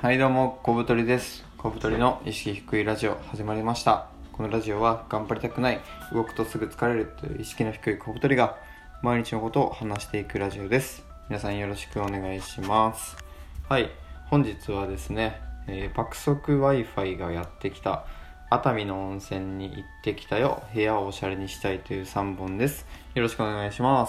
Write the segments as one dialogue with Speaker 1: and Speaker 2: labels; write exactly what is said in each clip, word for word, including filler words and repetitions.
Speaker 1: はいどうも、小太りです。小太りの意識低いラジオ始まりました。このラジオは頑張りたくない、動くとすぐ疲れるという意識の低い小太りが毎日のことを話していくラジオです。皆さんよろしくお願いします。はい、本日はですね、えー、爆速 Wi-Fi がやってきた、熱海の温泉に行ってきたよ、部屋をおしゃれにしたいというさんぼんです。よろしくお願いします。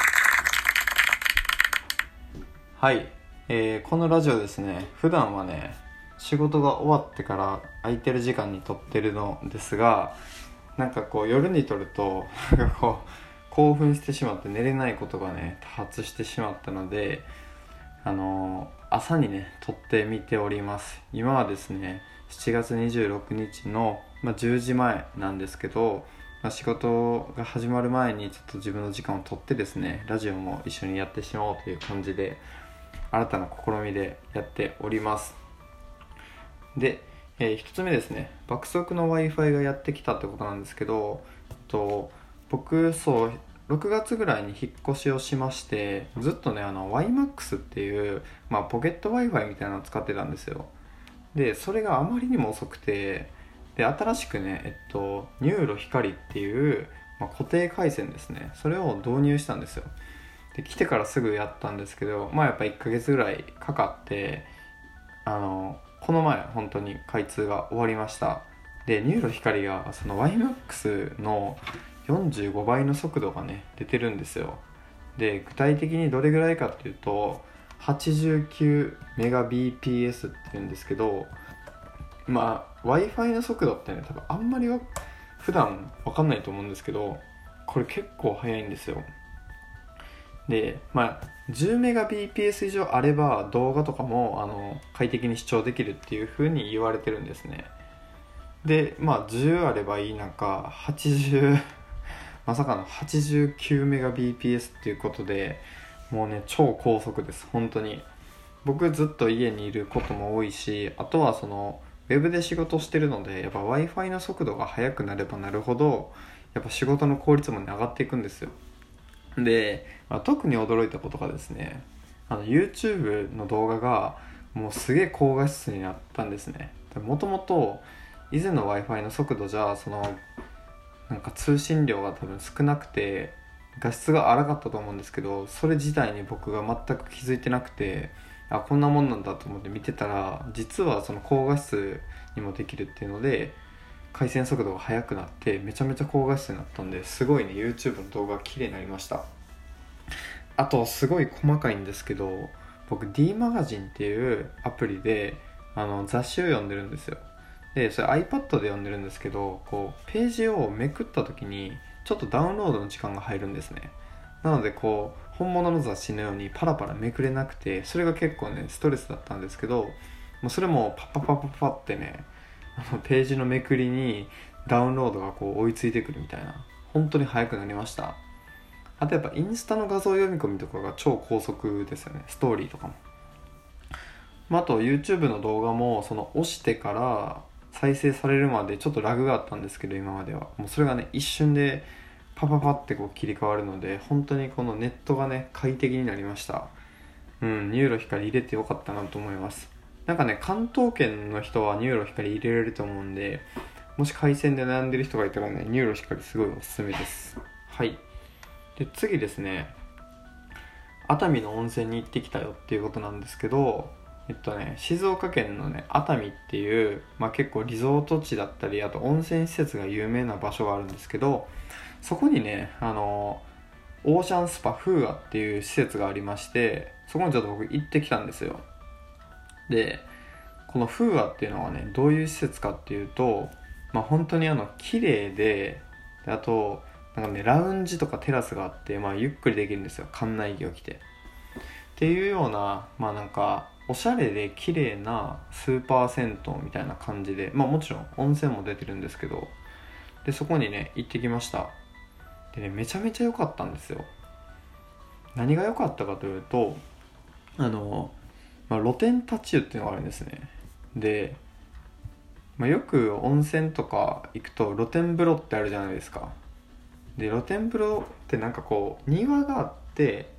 Speaker 1: はい、えー、このラジオですね、普段はね仕事が終わってから空いてる時間に撮ってるのですが、なんかこう夜に撮るとこう興奮してしまって寝れないことがね多発してしまったので、あのー、朝にね撮ってみております。今はですねしちがつにじゅうろくにちの、まあ、じゅうじまえなんですけど、まあ、仕事が始まる前にちょっと自分の時間を取ってですね、ラジオも一緒にやってしまおうという感じで新たな試みでやっております。で、えー、ひとつめですね、爆速の Wi-Fi がやってきたってことなんですけど、えっと、僕そうろくがつぐらいに引っ越しをしまして、ずっとねあの ワイマックス っていう、まあ、ポケット Wi-Fi みたいなのを使ってたんですよ。でそれがあまりにも遅くて、で新しくね、えっと、ニューロ光っていう、まあ、固定回線ですね、それを導入したんですよ。で来てからすぐやったんですけど、まあやっぱいっかげつぐらいかかって、あのこの前本当に開通が終わりました。でニューロ光がその ワイマックス のよんじゅうごばいの速度がね出てるんですよ。で具体的にどれぐらいかっていうと はちじゅうきゅうメガビーピーエス っていうんですけど、まあ Wi-Fi の速度ってね多分あんまりは普段わかんないと思うんですけど、これ結構速いんですよ。で、まあ、じゅうメガビーピーエス 以上あれば動画とかもあの快適に視聴できるっていう風に言われてるんですね。で、まあじゅうあればいい中、はちじゅうまさかの はちじゅうきゅうメガビーピーエス っていうことで、もうね超高速です本当に。僕ずっと家にいることも多いし、あとはそのウェブで仕事してるので、やっぱ Wi-Fi の速度が速くなればなるほどやっぱ仕事の効率も、ね、上がっていくんですよ。で、まあ、特に驚いたことがですね、あの YouTube の動画がもうすげえ高画質になったんですね。もともと以前の Wi-Fi の速度じゃそのなんか通信量が多分少なくて画質が荒かったと思うんですけど、それ自体に僕が全く気づいてなくて、あこんなもんなんだと思って見てたら、実はその高画質にもできるっていうので回線速度が速くなってめちゃめちゃ高画質になったんで、すごいね YouTube の動画が綺麗になりました。あとすごい細かいんですけど、僕 D マガジンっていうアプリであの雑誌を読んでるんですよ。でそれ iPad で読んでるんですけど、こうページをめくった時にちょっとダウンロードの時間が入るんですね。なのでこう本物の雑誌のようにパラパラめくれなくて、それが結構ねストレスだったんですけど、もうそれもパッパッパッパッパってね、あのページのめくりにダウンロードがこう追いついてくるみたいな、本当に速くなりました。あとやっぱインスタの画像読み込みとかが超高速ですよね、ストーリーとかも。まあ、あと YouTube の動画もその押してから再生されるまでちょっとラグがあったんですけど、今まではもうそれがね一瞬でパパパってこう切り替わるので、本当にこのネットがね快適になりました。うん、ニューロ光入れてよかったなと思います。なんかね関東圏の人はニューロ光入れられると思うんで、もし回線で悩んでる人がいたらね、ニューロ光すごいおすすめです。はい。で次ですね、熱海の温泉に行ってきたよっていうことなんですけど、えっとね静岡県のね熱海っていう、まあ、結構リゾート地だったり、あと温泉施設が有名な場所があるんですけど、そこにねあのオーシャンスパフーアっていう施設がありまして、そこにちょっと僕行ってきたんですよ。でこのフーアっていうのはねどういう施設かっていうと、まあ本当にあの綺麗で、であとなんかねラウンジとかテラスがあって、まあゆっくりできるんですよ、館内着を着てっていうような、まあなんかおしゃれで綺麗なスーパー銭湯みたいな感じで、まあもちろん温泉も出てるんですけど、でそこにね行ってきました。でねめちゃめちゃ良かったんですよ。何が良かったかというと、あの、まあ、露天立ち湯っていうのがあるんですね。で、まあ、よく温泉とか行くと露天風呂ってあるじゃないですか。で露天風呂ってなんかこう庭があって、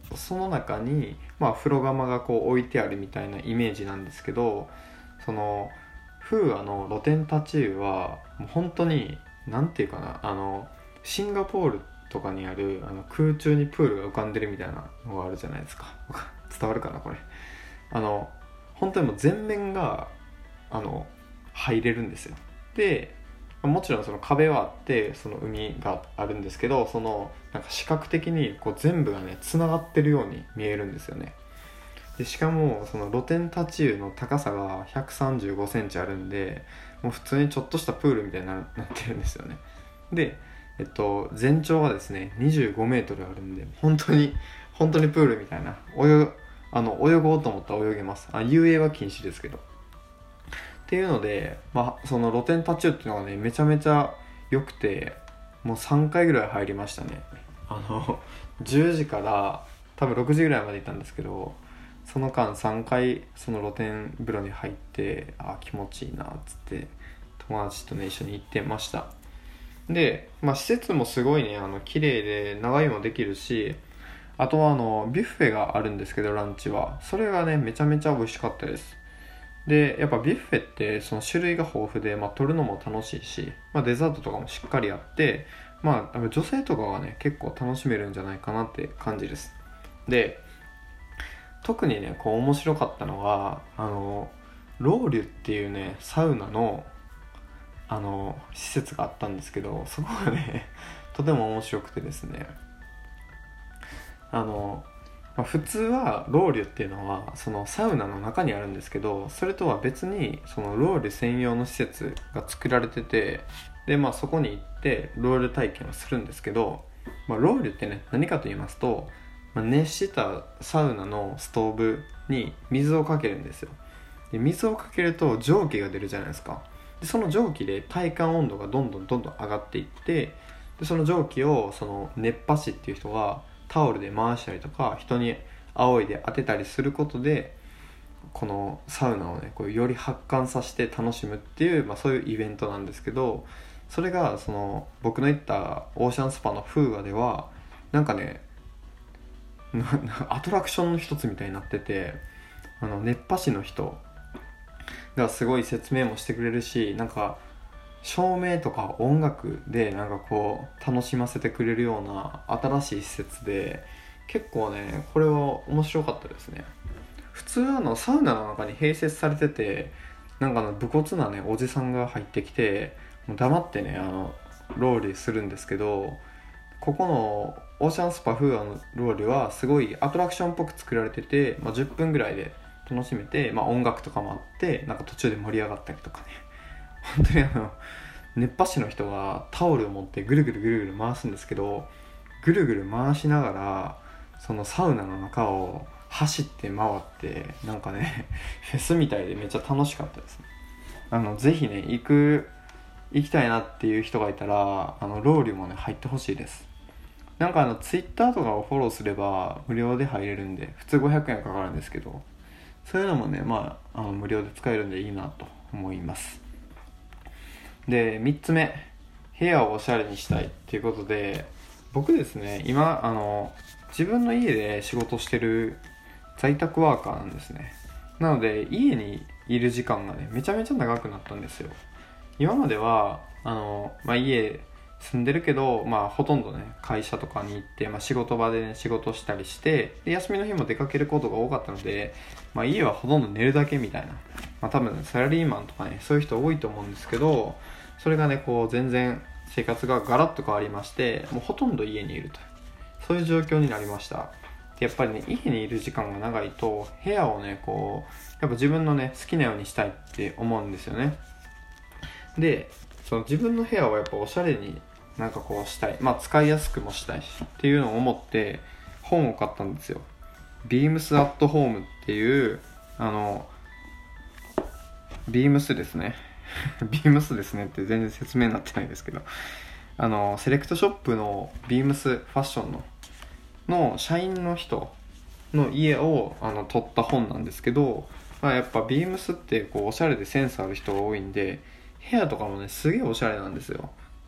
Speaker 1: その中に、まあ、風呂釜がこう置いてあるみたいなイメージなんですけど、そのフーアの露天タチウはもう本当になんていうかな、あのシンガポールとかにあるあの空中にプールが浮かんでるみたいなのがあるじゃないですか。伝わるかなこれ。あの本当にもう全面があの入れるんですよ。でもちろんその壁はあってその海があるんですけど、そのなんか視覚的にこう全部がねつながってるように見えるんですよね。でしかもその露天タチウの高さがひゃくさんじゅうごセンチあるんで、もう普通にちょっとしたプールみたいに な, なってるんですよね。で、えっと、全長がですねにじゅうごメートルあるんで、本当に本当にプールみたいな、泳あの泳ごうと思ったら泳げます。あ、遊泳は禁止ですけどっていうので、まあ、その露天タチウっていうのがねめちゃめちゃ良くて、もうさんかいぐらい入りましたね。あのじゅうじから多分ろくじぐらいまで行ったんですけど、その間さんかいその露天風呂に入って、あ気持ちいいなっつって友達とね一緒に行ってました。で、まあ、施設もすごいねあの綺麗で長居もできるし、あとはあのビュッフェがあるんですけど、ランチはそれがねめちゃめちゃ美味しかったです。でやっぱビュッフェってその種類が豊富で、まあ、取るのも楽しいし、まあ、デザートとかもしっかりあって、まあ女性とかはね結構楽しめるんじゃないかなって感じです。で特にねこう面白かったのはあのロウリュっていうねサウナのあの施設があったんですけど、そこがねとても面白くてですね、あの、まあ、普通はロウリュっていうのはそのサウナの中にあるんですけど、それとは別にそのロウリュ専用の施設が作られてて、でまあそこに行ってロウリュ体験をするんですけど、まあ、ロウリュってね何かと言いますと、まあ、熱したサウナのストーブに水をかけるんですよ。で水をかけると蒸気が出るじゃないですか。でその蒸気で体感温度がどんどんどんどん上がっていって、でその蒸気をその熱波師っていう人がタオルで回したりとか人に仰いで当てたりすることで、このサウナをねこうより発汗させて楽しむっていう、まあ、そういうイベントなんですけど、それがその僕の行ったオーシャンスパのフーアではなんかねアトラクションの一つみたいになってて、あの熱波師の人がすごい説明もしてくれるし、なんか照明とか音楽でなんかこう楽しませてくれるような新しい施設で、結構ねこれは面白かったですね。普通あのサウナの中に併設されてて、なんかあの武骨なねおじさんが入ってきてもう黙ってねあのロウリュするんですけど、ここのオーシャンスパフーアのロウリュはすごいアトラクションっぽく作られてて、まあ、じゅっぷんぐらいで楽しめて、まあ、音楽とかもあってなんか途中で盛り上がったりとかね、本当にあの熱波師の人がタオルを持ってぐるぐるぐるぐる回すんですけど、ぐるぐる回しながらそのサウナの中を走って回って、なんかねフェスみたいでめっちゃ楽しかったですね。あのぜひね行く行きたいなっていう人がいたらあのロウリュもね入ってほしいです。なんかあのツイッターとかをフォローすれば無料で入れるんで、普通ごひゃくえんかかるんですけど、そういうのもねまあ、あの無料で使えるんでいいなと思います。でみっつめ、部屋をおしゃれにしたいっていうことで、僕ですね今あの自分の家で仕事してる在宅ワーカーなんですね。なので家にいる時間がねめちゃめちゃ長くなったんですよ。今まではあの、まあ、家住んでるけど、まあ、ほとんどね会社とかに行って、まあ、仕事場で、ね、仕事したりして、で休みの日も出かけることが多かったので、まあ、家はほとんど寝るだけみたいな、まあ、多分、ね、サラリーマンとかねそういう人多いと思うんですけど、それがねこう全然生活がガラッと変わりまして、もうほとんど家にいると、そういう状況になりました。でやっぱりね家にいる時間が長いと部屋をねこうやっぱ自分のね好きなようにしたいって思うんですよね。でその自分の部屋をやっぱおしゃれになんかこうしたい、まあ使いやすくもしたいしっていうのを思って本を買ったんですよ。ビームスアットホームっていうあのビームスですねビームスですねって全然説明になってないですけど、あのセレクトショップのビームスファッションのの社員の人の家をあの撮った本なんですけど、まあ、やっぱビームスってこうおしゃれでセンスある人が多いんで、部屋とかもねすげえおしゃれなんですよ。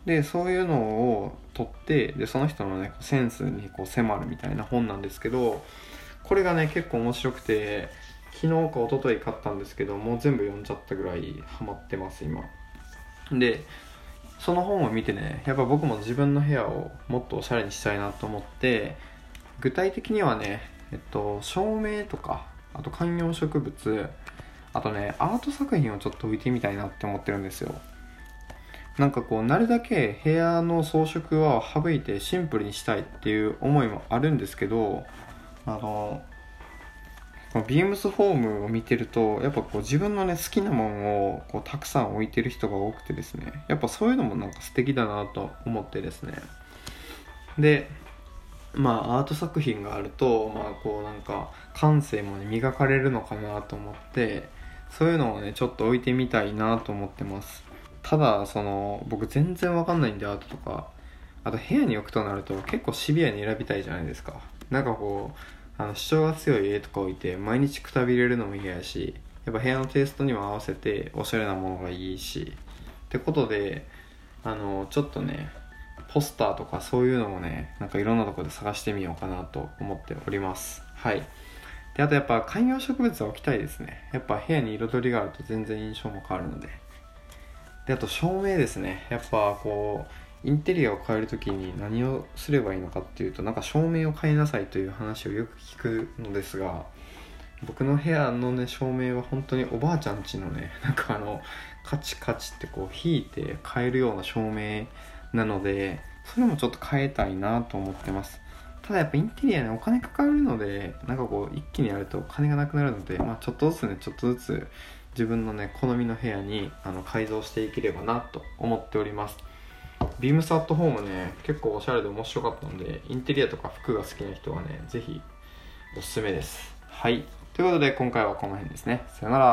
Speaker 1: でそういうのを取ってでその人のねセンスにこう迫るみたいな本なんですけど、これがね結構面白くて昨日か一昨日買ったんですけど、もう全部読んじゃったぐらいハマってます今で。その本を見てね、やっぱ僕も自分の部屋をもっとおしゃれにしたいなと思って、具体的にはね、えっと、照明とか、あと観葉植物、あとねアート作品をちょっと置いてみたいなって思ってるんですよ。なんかこうなるだけ部屋の装飾は省いてシンプルにしたいっていう思いもあるんですけど、あのこのビームスフォームを見てるとやっぱこう自分のね好きなものをこうたくさん置いてる人が多くてですね、やっぱそういうのもなんか素敵だなと思ってですね。でまあアート作品があるとまあこうなんか感性もね磨かれるのかなと思って、そういうのをねちょっと置いてみたいなと思ってます。ただその僕全然わかんないんでアートとか、あと部屋に置くとなると結構シビアに選びたいじゃないですか。なんかこうあの主張が強い絵とか置いて毎日くたびれるのも嫌やし、やっぱ部屋のテイストにも合わせておしゃれなものがいいしってことで、あのちょっとねポスターとかそういうのもねなんかいろんなところで探してみようかなと思っております。はい。であとやっぱ観葉植物は置きたいですね。やっぱ部屋に彩りがあると全然印象も変わるので。であと照明ですね。やっぱこうインテリアを変えるときに何をすればいいのかっていうと、なんか照明を変えなさいという話をよく聞くのですが、僕の部屋のね照明は本当におばあちゃん家のねなんかあのカチカチってこう引いて変えるような照明なので、それもちょっと変えたいなと思ってます。ただやっぱインテリアねお金かかるので、なんかこう一気にやるとお金がなくなるので、まあちょっとずつねちょっとずつ自分のね好みの部屋にあの改造していければなと思っております。ビームスアットホームね結構おしゃれで面白かったので、インテリアとか服が好きな人はねぜひおすすめです。はい、ということで今回はこの辺ですね。さよなら。